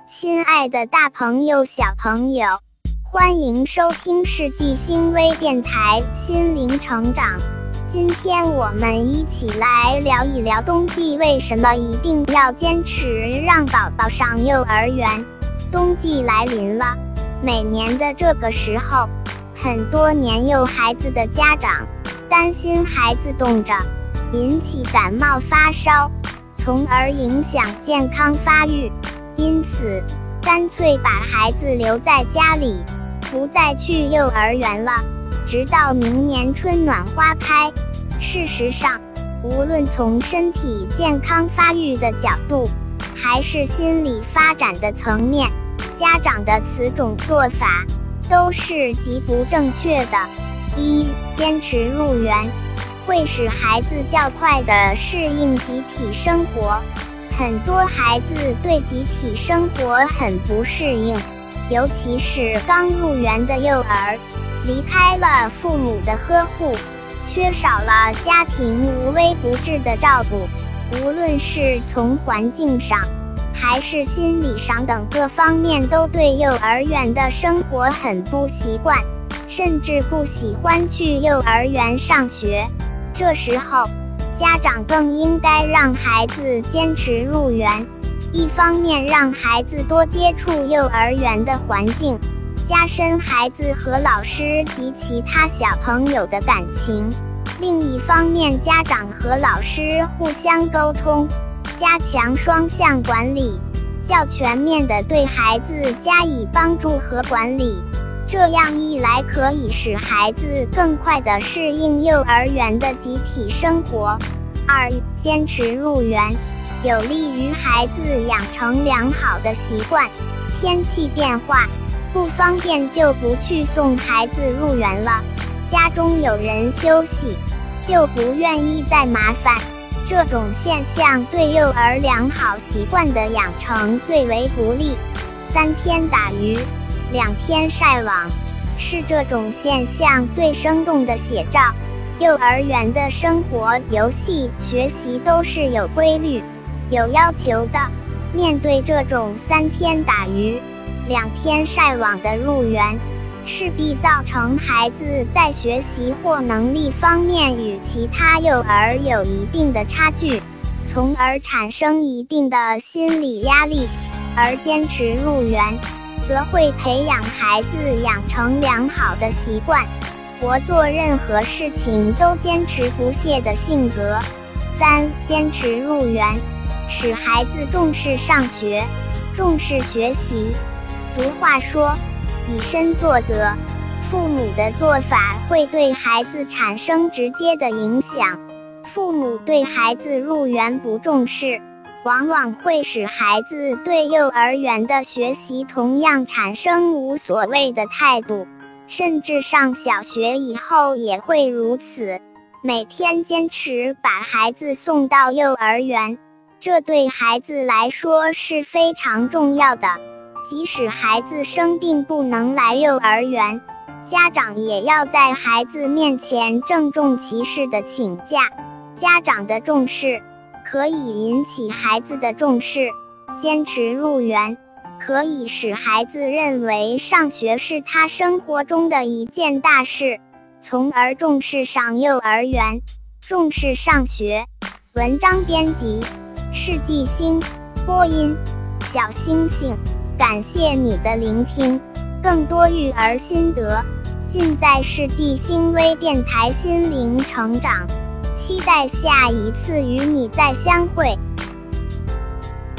亲爱的大朋友小朋友，欢迎收听世纪星微电台心灵成长。今天我们一起来聊一聊冬季为什么一定要坚持让宝宝上幼儿园。冬季来临了，每年的这个时候，很多年幼孩子的家长担心孩子冻着引起感冒发烧，从而影响健康发育，因此干脆把孩子留在家里，不再去幼儿园了，直到明年春暖花开。事实上，无论从身体健康发育的角度，还是心理发展的层面，家长的此种做法都是极不正确的。坚持入园会使孩子较快地适应集体生活。很多孩子对集体生活很不适应，尤其是刚入园的幼儿，离开了父母的呵护，缺少了家庭无微不至的照顾，无论是从环境上还是心理上等各方面，都对幼儿园的生活很不习惯，甚至不喜欢去幼儿园上学。这时候家长更应该让孩子坚持入园，一方面让孩子多接触幼儿园的环境，加深孩子和老师及其他小朋友的感情；另一方面，家长和老师互相沟通，加强双向管理，较全面地对孩子加以帮助和管理。这样一来，可以使孩子更快地适应幼儿园的集体生活。坚持入园有利于孩子养成良好的习惯。天气变化不方便就不去送孩子入园了，家中有人休息就不愿意再麻烦，这种现象对幼儿良好习惯的养成最为不利。3天打鱼2天晒网是这种现象最生动的写照。幼儿园的生活、游戏、学习都是有规律、有要求的。面对这种3天打鱼2天晒网的入园，势必造成孩子在学习或能力方面与其他幼儿有一定的差距，从而产生一定的心理压力。而坚持入园则会培养孩子养成良好的习惯，或做任何事情都坚持不懈的性格。坚持入园使孩子重视上学，重视学习。俗话说，以身作则，父母的做法会对孩子产生直接的影响。父母对孩子入园不重视，往往会使孩子对幼儿园的学习同样产生无所谓的态度，甚至上小学以后也会如此。每天坚持把孩子送到幼儿园，这对孩子来说是非常重要的。即使孩子生病不能来幼儿园，家长也要在孩子面前郑重其事地请假。家长的重视可以引起孩子的重视，坚持入园可以使孩子认为上学是他生活中的一件大事，从而重视上幼儿园，重视上学。文章编辑：世纪星，播音：小星星。感谢你的聆听，更多育儿心得尽在世纪星微电台心灵成长，期待下一次与你再相会。